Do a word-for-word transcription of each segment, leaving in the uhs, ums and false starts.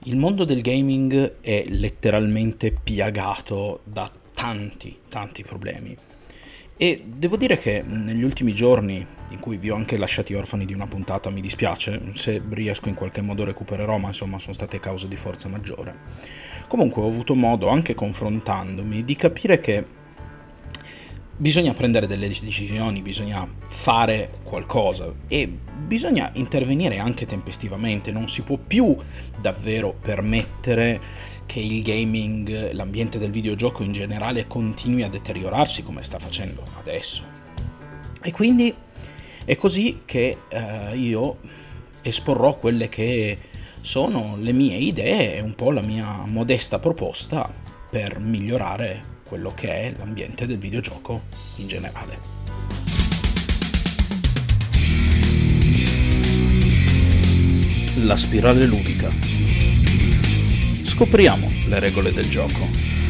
Il mondo del gaming è letteralmente piagato da tanti, tanti problemi. E devo dire che negli ultimi giorni, in cui vi ho anche lasciati orfani di una puntata, mi dispiace, se riesco in qualche modo recupererò, ma insomma sono state cause di forza maggiore. Comunque ho avuto modo, anche confrontandomi, di capire che bisogna prendere delle decisioni, bisogna fare qualcosa e bisogna intervenire anche tempestivamente. Non si può più davvero permettere che il gaming, l'ambiente del videogioco in generale, continui a deteriorarsi come sta facendo adesso. E quindi è così che eh, io esporrò quelle che sono le mie idee e un po' la mia modesta proposta per migliorare quello che è l'ambiente del videogioco in generale. La spirale ludica. Scopriamo le regole del gioco.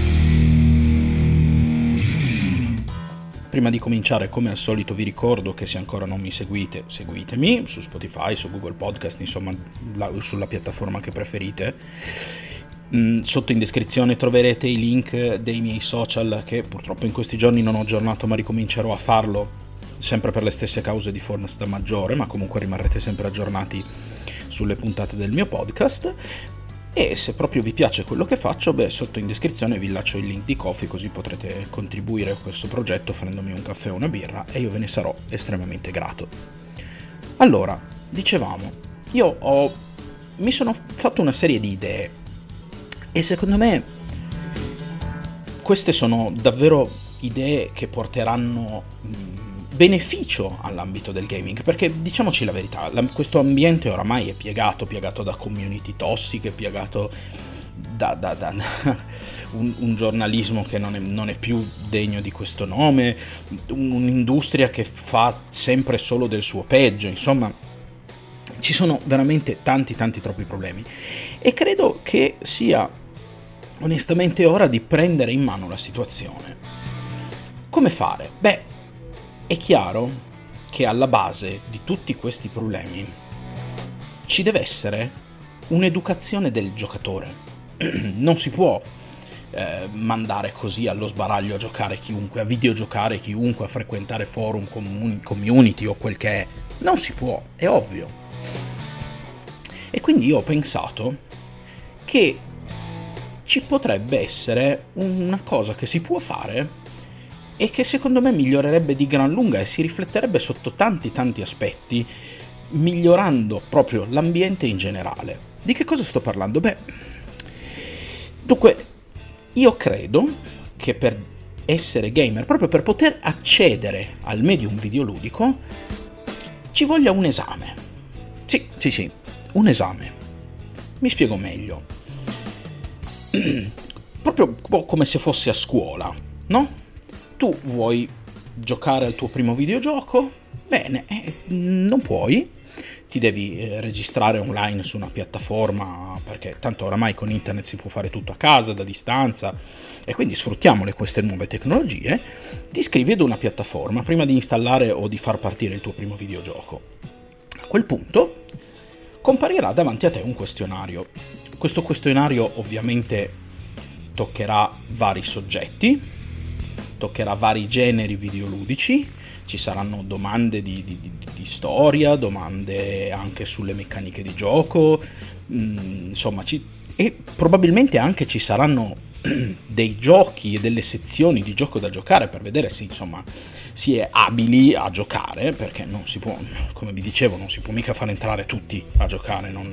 Prima di cominciare, come al solito, vi ricordo che se ancora non mi seguite, seguitemi su Spotify, su Google Podcast, insomma, la, sulla piattaforma che preferite. Sotto in descrizione troverete i link dei miei social, che purtroppo in questi giorni non ho aggiornato, ma ricomincerò a farlo, sempre per le stesse cause di forza maggiore, ma comunque rimarrete sempre aggiornati sulle puntate del mio podcast. E se proprio vi piace quello che faccio, beh, sotto in descrizione vi lascio il link di Ko-fi, così potrete contribuire a questo progetto offrendomi un caffè o una birra, e io ve ne sarò estremamente grato. Allora, dicevamo, io ho mi sono fatto una serie di idee e secondo me queste sono davvero idee che porteranno mh, beneficio all'ambito del gaming, perché diciamoci la verità, la, questo ambiente oramai è piegato, piegato da community tossiche, piegato da, da, da un, un giornalismo che non è, non è più degno di questo nome, un'industria che fa sempre solo del suo peggio, insomma ci sono veramente tanti tanti troppi problemi e credo che sia onestamente ora di prendere in mano la situazione. Come fare? Beh, è chiaro che alla base di tutti questi problemi ci deve essere un'educazione del giocatore. Non si può eh, mandare così allo sbaraglio a giocare chiunque, a videogiocare chiunque, a frequentare forum, comuni, community o quel che è. Non si può, è ovvio. E quindi io ho pensato che ci potrebbe essere una cosa che si può fare e che secondo me migliorerebbe di gran lunga e si rifletterebbe sotto tanti tanti aspetti, migliorando proprio l'ambiente in generale. Di che cosa sto parlando? Beh, dunque, io credo che per essere gamer, proprio per poter accedere al medium videoludico, ci voglia un esame. Sì, sì, sì, un esame. Mi spiego meglio. Proprio come se fosse a scuola, no? Tu vuoi giocare al tuo primo videogioco? Bene, eh, non puoi. Ti devi eh, registrare online su una piattaforma, perché tanto oramai con internet si può fare tutto a casa, da distanza, e quindi sfruttiamole queste nuove tecnologie. Ti iscrivi ad una piattaforma prima di installare o di far partire il tuo primo videogioco. A quel punto comparirà davanti a te un questionario. Questo questionario ovviamente toccherà vari soggetti, toccherà vari generi videoludici, ci saranno domande di, di, di, di storia, domande anche sulle meccaniche di gioco, mh, insomma, ci, e probabilmente anche ci saranno dei giochi e delle sezioni di gioco da giocare per vedere se insomma si è abili a giocare, perché non si può, come vi dicevo, non si può mica far entrare tutti a giocare, non...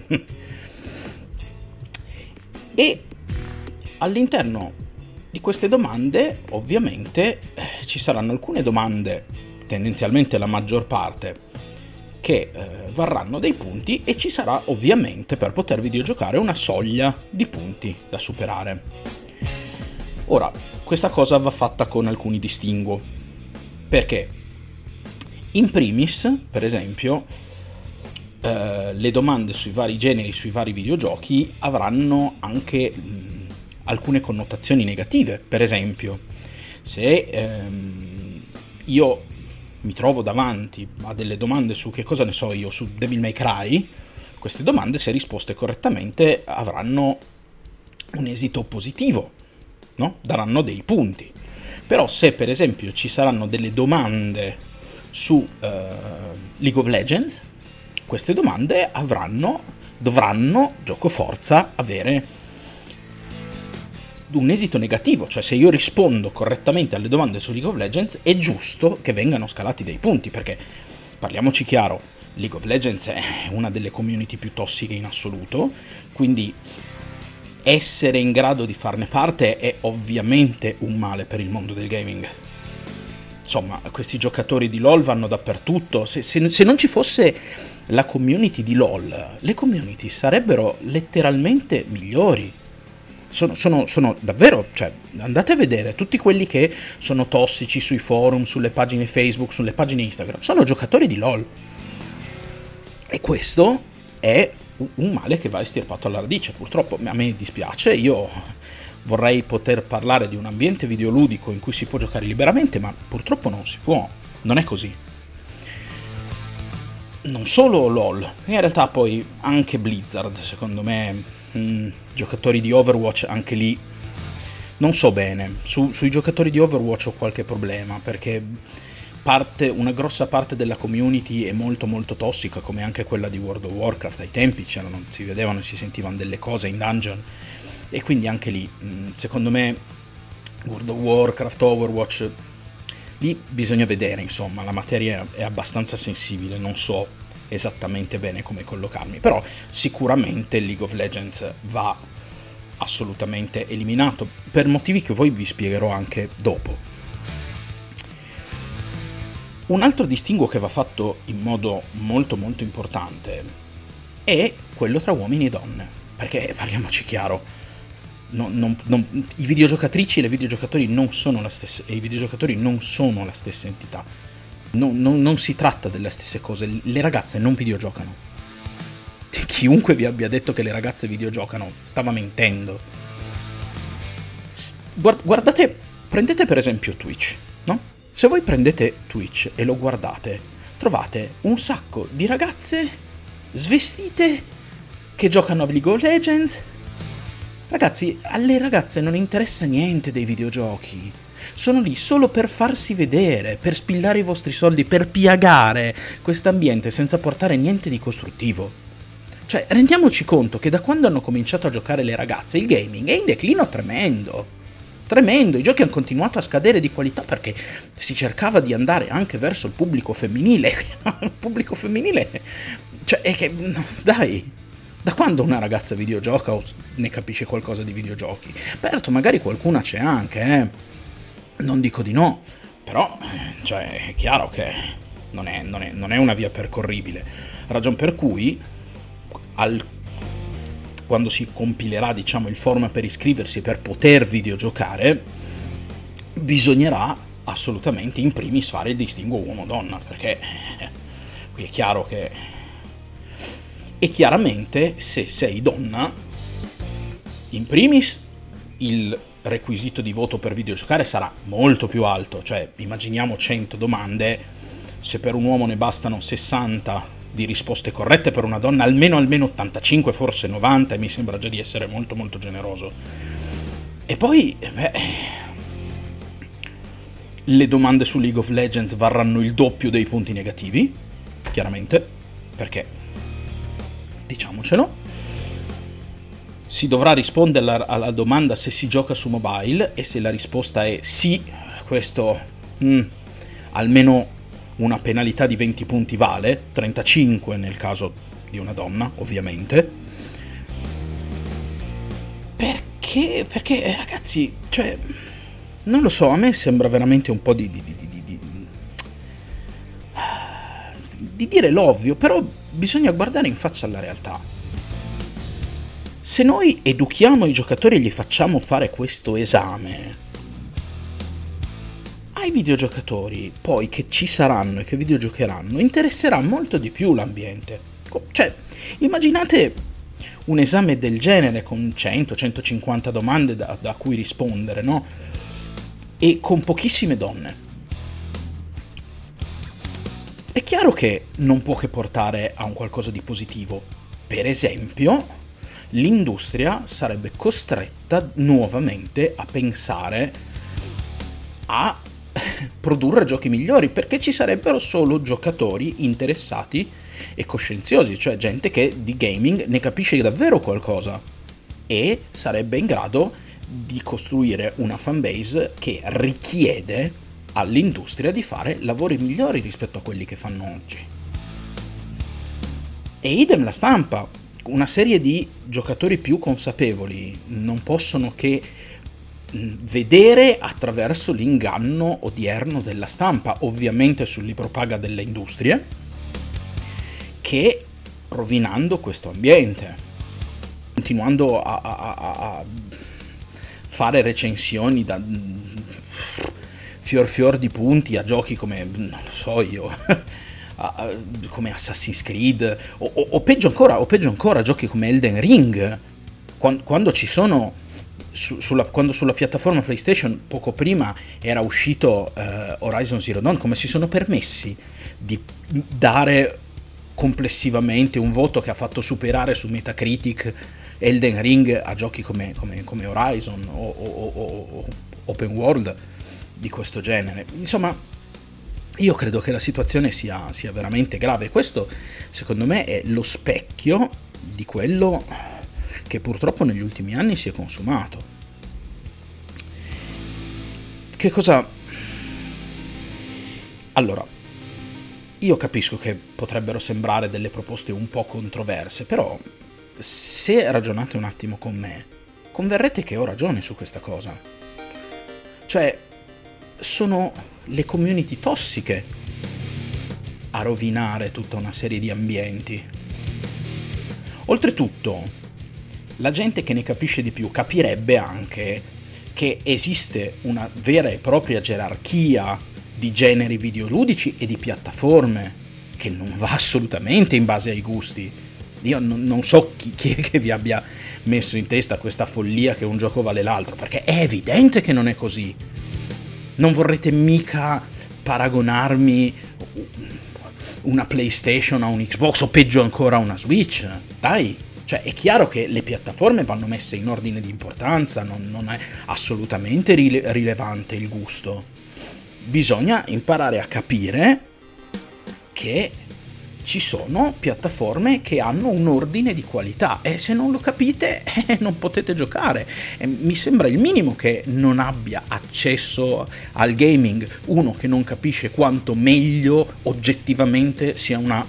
E all'interno di queste domande ovviamente eh, ci saranno alcune domande, tendenzialmente la maggior parte, che eh, varranno dei punti, e ci sarà ovviamente, per poter videogiocare, una soglia di punti da superare. Ora, questa cosa va fatta con alcuni distinguo, perché in primis, per esempio, Uh, le domande sui vari generi, sui vari videogiochi avranno anche mh, alcune connotazioni negative. Per esempio, se ehm, io mi trovo davanti a delle domande su, che cosa ne so io, su Devil May Cry, Queste domande, se risposte correttamente, avranno un esito positivo, no? Daranno dei punti. Però se per esempio ci saranno delle domande su uh, League of Legends, queste domande avranno, dovranno, gioco forza, avere un esito negativo. Cioè, se io rispondo correttamente alle domande su League of Legends, è giusto che vengano scalati dei punti, perché, parliamoci chiaro, League of Legends è una delle community più tossiche in assoluto, quindi essere in grado di farne parte è ovviamente un male per il mondo del gaming. Insomma, questi giocatori di LoL vanno dappertutto. Se, se, se non ci fosse la community di LoL, le community sarebbero letteralmente migliori. Sono, sono, sono davvero, cioè, andate a vedere, tutti quelli che sono tossici sui forum, sulle pagine Facebook, sulle pagine Instagram, sono giocatori di LoL. E questo è un male che va estirpato alla radice. Purtroppo a me dispiace, io vorrei poter parlare di un ambiente videoludico in cui si può giocare liberamente, ma purtroppo non si può, non è così. Non solo LoL, in realtà poi anche Blizzard, secondo me, mh, giocatori di Overwatch, anche lì non so bene. Su, sui giocatori di Overwatch ho qualche problema, perché parte, una grossa parte della community è molto molto tossica, come anche quella di World of Warcraft. Ai tempi c'erano, si vedevano e si sentivano delle cose in dungeon, e quindi anche lì, mh, secondo me, World of Warcraft, Overwatch, lì bisogna vedere, insomma, la materia è abbastanza sensibile, non so esattamente bene come collocarmi, però sicuramente League of Legends va assolutamente eliminato, per motivi che poi vi spiegherò anche dopo. Un altro distinguo che va fatto in modo molto molto importante è quello tra uomini e donne, perché parliamoci chiaro, Non, non, non, i videogiocatrici e le videogiocatori non sono la stessa, e i videogiocatori non sono la stessa entità. Non, non, non si tratta delle stesse cose. Le ragazze non videogiocano. Chiunque vi abbia detto che le ragazze videogiocano stava mentendo. Guardate, prendete per esempio Twitch, no? Se voi prendete Twitch e lo guardate, trovate un sacco di ragazze svestite che giocano a League of Legends. Ragazzi, alle ragazze non interessa niente dei videogiochi. Sono lì solo per farsi vedere, per spillare i vostri soldi, per piagare quest'ambiente senza portare niente di costruttivo. Cioè, rendiamoci conto che da quando hanno cominciato a giocare le ragazze, il gaming è in declino tremendo. Tremendo, i giochi hanno continuato a scadere di qualità perché si cercava di andare anche verso il pubblico femminile. Il pubblico femminile, cioè, è che, dai... Da quando una ragazza videogioca o ne capisce qualcosa di videogiochi? Certo, magari qualcuna c'è anche, eh? Non dico di no, però cioè, è chiaro che non è, non è, non è una via percorribile. Ragion per cui, al, quando si compilerà, diciamo, il form per iscriversi per poter videogiocare, bisognerà assolutamente in primis fare il distinguo uomo-donna, perché eh, qui è chiaro che... E chiaramente, se sei donna, in primis il requisito di voto per videogiocare sarà molto più alto. Cioè, immaginiamo cento domande, se per un uomo ne bastano sessanta di risposte corrette, per una donna almeno almeno ottantacinque, forse novanta, e mi sembra già di essere molto molto generoso. E poi, beh, le domande su League of Legends varranno il doppio dei punti negativi, chiaramente, perché... diciamocelo, si dovrà rispondere alla, alla domanda se si gioca su mobile, e se la risposta è sì, questo mm, almeno una penalità di venti punti vale, trentacinque nel caso di una donna, ovviamente. Perché? Perché ragazzi, cioè, non lo so, a me sembra veramente un po' di di, di, di, di, di dire l'ovvio, però bisogna guardare in faccia alla realtà. Se noi educhiamo i giocatori e gli facciamo fare questo esame, ai videogiocatori poi che ci saranno e che videogiocheranno interesserà molto di più l'ambiente. Cioè, immaginate un esame del genere con cento centocinquanta domande da, da cui rispondere, no? E con pochissime donne. È chiaro che non può che portare a un qualcosa di positivo, per esempio, l'industria sarebbe costretta nuovamente a pensare a produrre giochi migliori, perché ci sarebbero solo giocatori interessati e coscienziosi, cioè gente che di gaming ne capisce davvero qualcosa e sarebbe in grado di costruire una fanbase che richiede all'industria di fare lavori migliori rispetto a quelli che fanno oggi. E idem la stampa, una serie di giocatori più consapevoli non possono che vedere attraverso l'inganno odierno della stampa, ovviamente sul libro paga delle industrie, che rovinando questo ambiente, continuando a, a, a fare recensioni da fior fior di punti a giochi come, non lo so io, come Assassin's Creed, o, o, o peggio ancora, o peggio ancora giochi come Elden Ring, quando, quando ci sono Su, sulla, quando sulla piattaforma PlayStation poco prima era uscito uh, Horizon Zero Dawn, come si sono permessi di dare complessivamente un voto che ha fatto superare su Metacritic Elden Ring a giochi come, come, come Horizon o, o, o, o Open World di questo genere. Insomma, io credo che la situazione sia, sia veramente grave. Questo secondo me è lo specchio di quello che purtroppo negli ultimi anni si è consumato. Che cosa... Allora, io capisco che potrebbero sembrare delle proposte un po' controverse, però se ragionate un attimo con me, converrete che ho ragione su questa cosa. Cioè, sono le community tossiche a rovinare tutta una serie di ambienti. Oltretutto, la gente che ne capisce di più capirebbe anche che esiste una vera e propria gerarchia di generi videoludici e di piattaforme che non va assolutamente in base ai gusti. Io non, non so chi, chi è che vi abbia messo in testa questa follia che un gioco vale l'altro, perché è evidente che non è così. Non vorrete mica paragonarmi una PlayStation a un Xbox o peggio ancora a una Switch, dai. Cioè è chiaro che le piattaforme vanno messe in ordine di importanza, non, non è assolutamente rile- rilevante il gusto. Bisogna imparare a capire che ci sono piattaforme che hanno un ordine di qualità e se non lo capite eh, non potete giocare. E mi sembra il minimo che non abbia accesso al gaming uno che non capisce quanto meglio oggettivamente sia una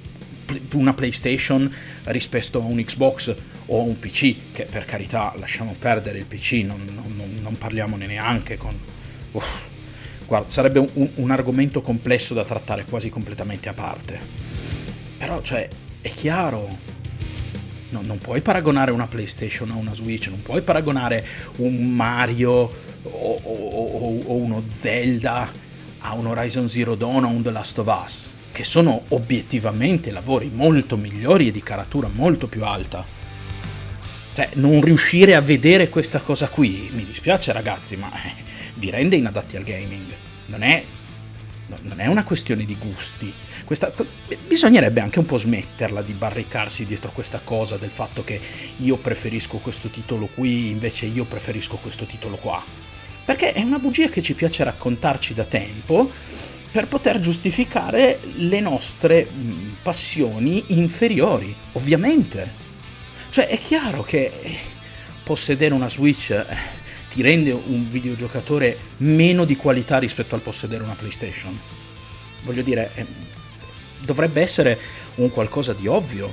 una PlayStation rispetto a un Xbox o a un P C, che per carità lasciamo perdere il P C, non, non, non parliamone neanche con... Uff, guarda, sarebbe un, un argomento complesso da trattare quasi completamente a parte, però cioè è chiaro, no, non puoi paragonare una PlayStation a una Switch, non puoi paragonare un Mario o, o, o, o uno Zelda a un Horizon Zero Dawn o un The Last of Us, che sono obiettivamente lavori molto migliori e di caratura molto più alta. Cioè, non riuscire a vedere questa cosa qui, mi dispiace ragazzi, ma eh, vi rende inadatti al gaming. Non è, non è una questione di gusti. Questa, bisognerebbe anche un po' smetterla di barricarsi dietro questa cosa del fatto che io preferisco questo titolo qui, invece io preferisco questo titolo qua. Perché è una bugia che ci piace raccontarci da tempo, per poter giustificare le nostre mh, passioni inferiori, ovviamente. Cioè è chiaro che possedere una Switch eh, ti rende un videogiocatore meno di qualità rispetto al possedere una PlayStation. Voglio dire, eh, dovrebbe essere un qualcosa di ovvio.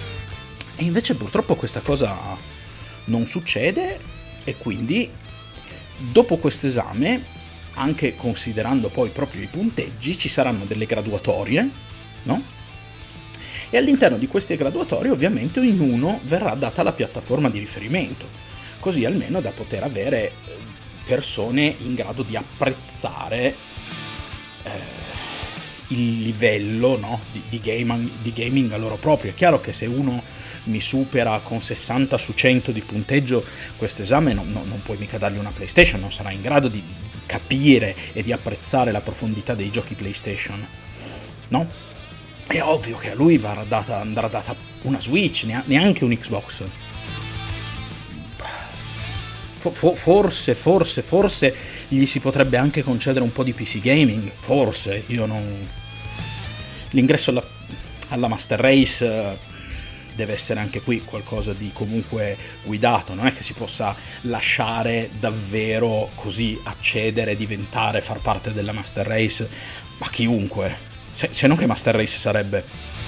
E invece purtroppo questa cosa non succede e quindi dopo questo esame, anche considerando poi proprio i punteggi, ci saranno delle graduatorie, no? E all'interno di queste graduatorie ovviamente in uno verrà data la piattaforma di riferimento, così almeno da poter avere persone in grado di apprezzare eh, il livello, no? di, di, gaming, di gaming a loro proprio. È chiaro che se uno mi supera con sessanta su cento di punteggio questo esame, no, no, non puoi mica dargli una PlayStation, non sarà in grado di capire e di apprezzare la profondità dei giochi PlayStation, no? È ovvio che a lui va data, andrà data una Switch, neanche un Xbox. Forse, forse, forse gli si potrebbe anche concedere un po' di P C gaming, forse, io non... L'ingresso alla, alla Master Race deve essere anche qui qualcosa di comunque guidato, non è che si possa lasciare davvero così accedere, diventare, far parte della Master Race ma chiunque, se, se non che Master Race sarebbe...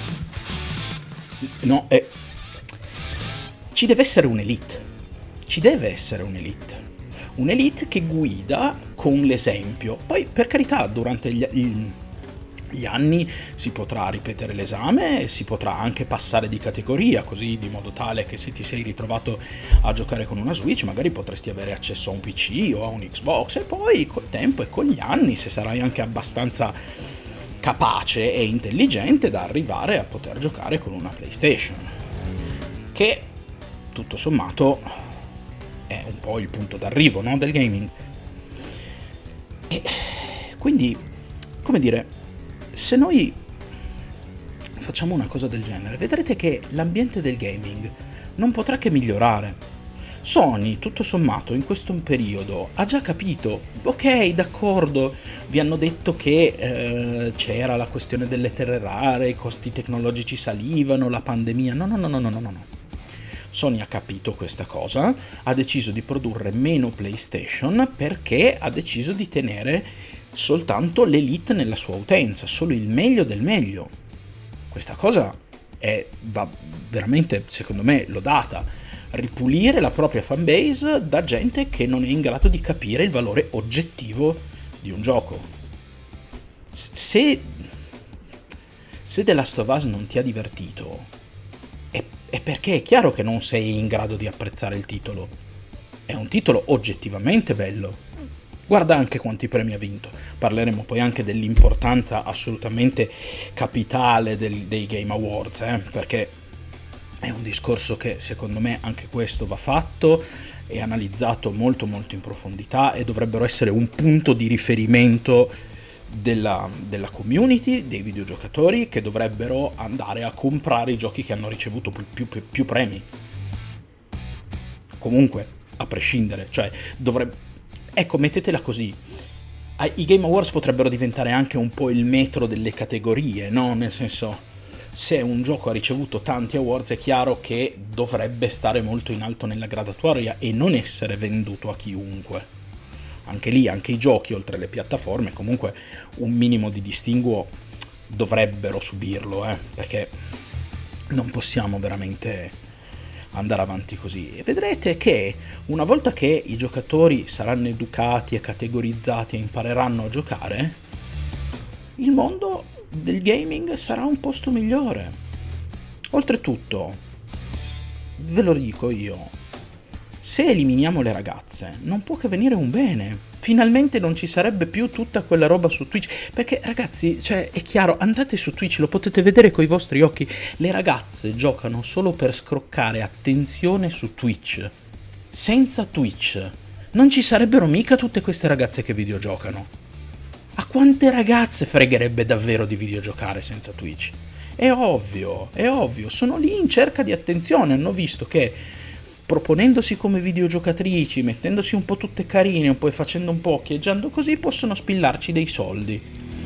No, eh, ci deve essere un'elite. Ci deve essere un'elite, un'elite che guida con l'esempio. Poi, per carità, durante gli, gli anni si potrà ripetere l'esame, si potrà anche passare di categoria, così di modo tale che se ti sei ritrovato a giocare con una Switch magari potresti avere accesso a un P C o a un Xbox, e poi col tempo e con gli anni, se sarai anche abbastanza capace e intelligente, da arrivare a poter giocare con una PlayStation, che tutto sommato è un po' il punto d'arrivo, no, del gaming. E quindi, come dire, se noi facciamo una cosa del genere, vedrete che l'ambiente del gaming non potrà che migliorare. Sony, tutto sommato, in questo periodo ha già capito, ok, d'accordo, vi hanno detto che eh, c'era la questione delle terre rare, i costi tecnologici salivano, la pandemia, no, no, no, no, no, no, no. Sony ha capito questa cosa, ha deciso di produrre meno PlayStation perché ha deciso di tenere soltanto l'elite nella sua utenza, solo il meglio del meglio. Questa cosa è va veramente, secondo me, lodata. Ripulire la propria fanbase da gente che non è in grado di capire il valore oggettivo di un gioco. Se, se The Last of Us non ti ha divertito, è perché è chiaro che non sei in grado di apprezzare il titolo. È un titolo oggettivamente bello. Guarda anche quanti premi ha vinto. Parleremo poi anche dell'importanza assolutamente capitale del, dei Game Awards, eh? Perché è un discorso che secondo me anche questo va fatto e analizzato molto molto in profondità, e dovrebbero essere un punto di riferimento Della, della community, dei videogiocatori, che dovrebbero andare a comprare i giochi che hanno ricevuto più, più, più premi. Comunque, a prescindere, cioè dovrebbe... Ecco, mettetela così. I Game Awards potrebbero diventare anche un po' il metro delle categorie, no? Nel senso, se un gioco ha ricevuto tanti awards è chiaro che dovrebbe stare molto in alto nella graduatoria e non essere venduto a chiunque. Anche lì, anche i giochi, oltre alle piattaforme, comunque un minimo di distinguo dovrebbero subirlo, eh, perché non possiamo veramente andare avanti così. E vedrete che una volta che i giocatori saranno educati e categorizzati e impareranno a giocare, il mondo del gaming sarà un posto migliore. Oltretutto, ve lo dico io, se eliminiamo le ragazze, non può che venire un bene. Finalmente non ci sarebbe più tutta quella roba su Twitch. Perché, ragazzi, cioè, è chiaro, andate su Twitch, lo potete vedere coi vostri occhi. Le ragazze giocano solo per scroccare attenzione su Twitch. Senza Twitch non ci sarebbero mica tutte queste ragazze che videogiocano. A quante ragazze fregherebbe davvero di videogiocare senza Twitch? È ovvio, è ovvio, sono lì in cerca di attenzione, hanno visto che proponendosi come videogiocatrici, mettendosi un po' tutte carine, un po' e facendo un po', occhieggiando così, possono spillarci dei soldi.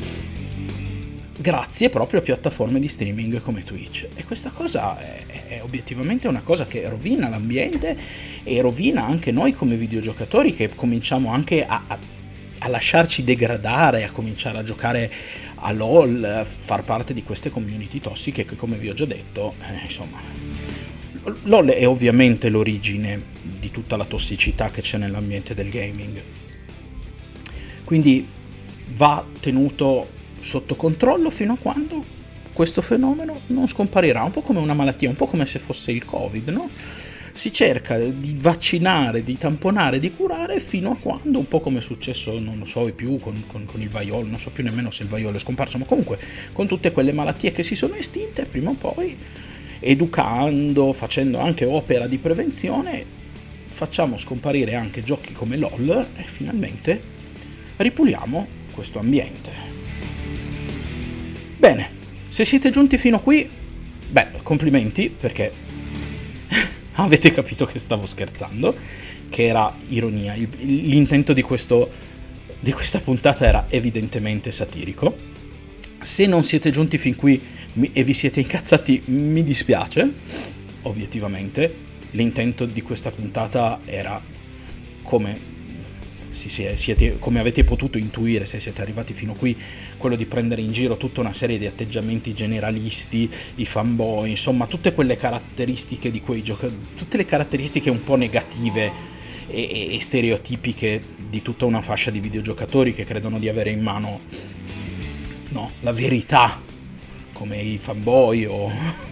Grazie proprio a piattaforme di streaming come Twitch. E questa cosa è, è obiettivamente una cosa che rovina l'ambiente e rovina anche noi come videogiocatori, che cominciamo anche a, a, a lasciarci degradare, a cominciare a giocare a LOL, a far parte di queste community tossiche che, come vi ho già detto, eh, insomma... LOL è ovviamente l'origine di tutta la tossicità che c'è nell'ambiente del gaming, quindi va tenuto sotto controllo fino a quando questo fenomeno non scomparirà, un po' come una malattia, un po' come se fosse il Covid, no? Si cerca di vaccinare, di tamponare, di curare fino a quando, un po' come è successo, non lo so più, con, con, con il vaiolo, non so più nemmeno se il vaiolo è scomparso, ma comunque con tutte quelle malattie che si sono estinte, prima o poi, educando, facendo anche opera di prevenzione, facciamo scomparire anche giochi come LOL e finalmente ripuliamo questo ambiente. Bene, se siete giunti fino a qui, beh, complimenti, perché avete capito che stavo scherzando, che era ironia. Il, l'intento di questo di questa puntata era evidentemente satirico. Se non siete giunti fin qui e vi siete incazzati, mi dispiace, obiettivamente. L'intento di questa puntata era, come si siete, come avete potuto intuire se siete arrivati fino qui, quello di prendere in giro tutta una serie di atteggiamenti generalisti, i fanboy, insomma tutte quelle caratteristiche di quei giocatori, tutte le caratteristiche un po' negative e, e, e stereotipiche di tutta una fascia di videogiocatori che credono di avere in mano, no, la verità, come i fanboy o...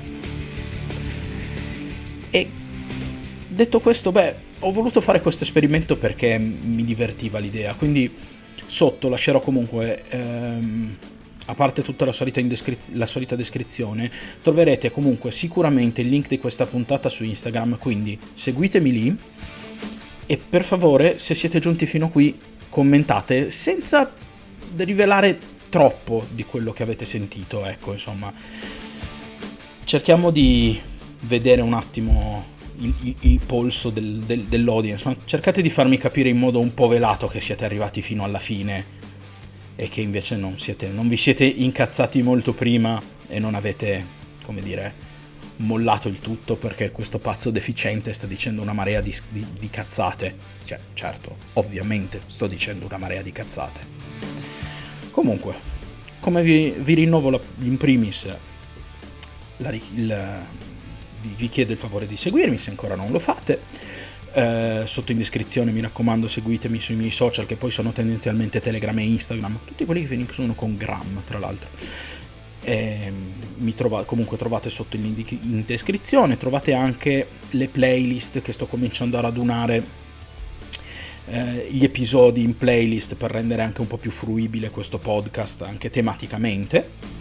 E detto questo, beh, ho voluto fare questo esperimento perché mi divertiva l'idea, quindi sotto lascerò comunque, ehm, a parte tutta la solita, indescri- la solita descrizione, troverete comunque sicuramente il link di questa puntata su Instagram, quindi seguitemi lì e per favore, se siete giunti fino qui, commentate senza rivelare troppo di quello che avete sentito, ecco, insomma, cerchiamo di vedere un attimo Il, il, il polso del, del, dell'audience, ma cercate di farmi capire in modo un po' velato che siete arrivati fino alla fine e che invece non siete, non vi siete incazzati molto prima e non avete, come dire, mollato il tutto perché questo pazzo deficiente sta dicendo una marea di, di, di cazzate. Cioè, certo, ovviamente sto dicendo una marea di cazzate. Comunque, come vi, vi rinnovo la, in primis la, il vi chiedo il favore di seguirmi se ancora non lo fate, eh, sotto in descrizione mi raccomando seguitemi sui miei social che poi sono tendenzialmente Telegram e Instagram, tutti quelli che sono con Gram tra l'altro. Eh, mi trova, comunque trovate sotto il link in descrizione, trovate anche le playlist che sto cominciando a radunare, eh, gli episodi in playlist per rendere anche un po' più fruibile questo podcast anche tematicamente.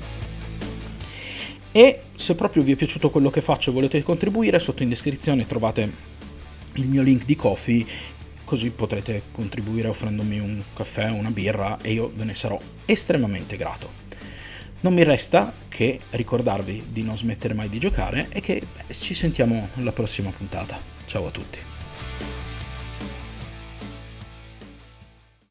E se proprio vi è piaciuto quello che faccio e volete contribuire, sotto in descrizione trovate il mio link di Ko-fi, così potrete contribuire offrendomi un caffè o una birra e io ve ne sarò estremamente grato. Non mi resta che ricordarvi di non smettere mai di giocare e che beh, ci sentiamo alla prossima puntata. Ciao a tutti.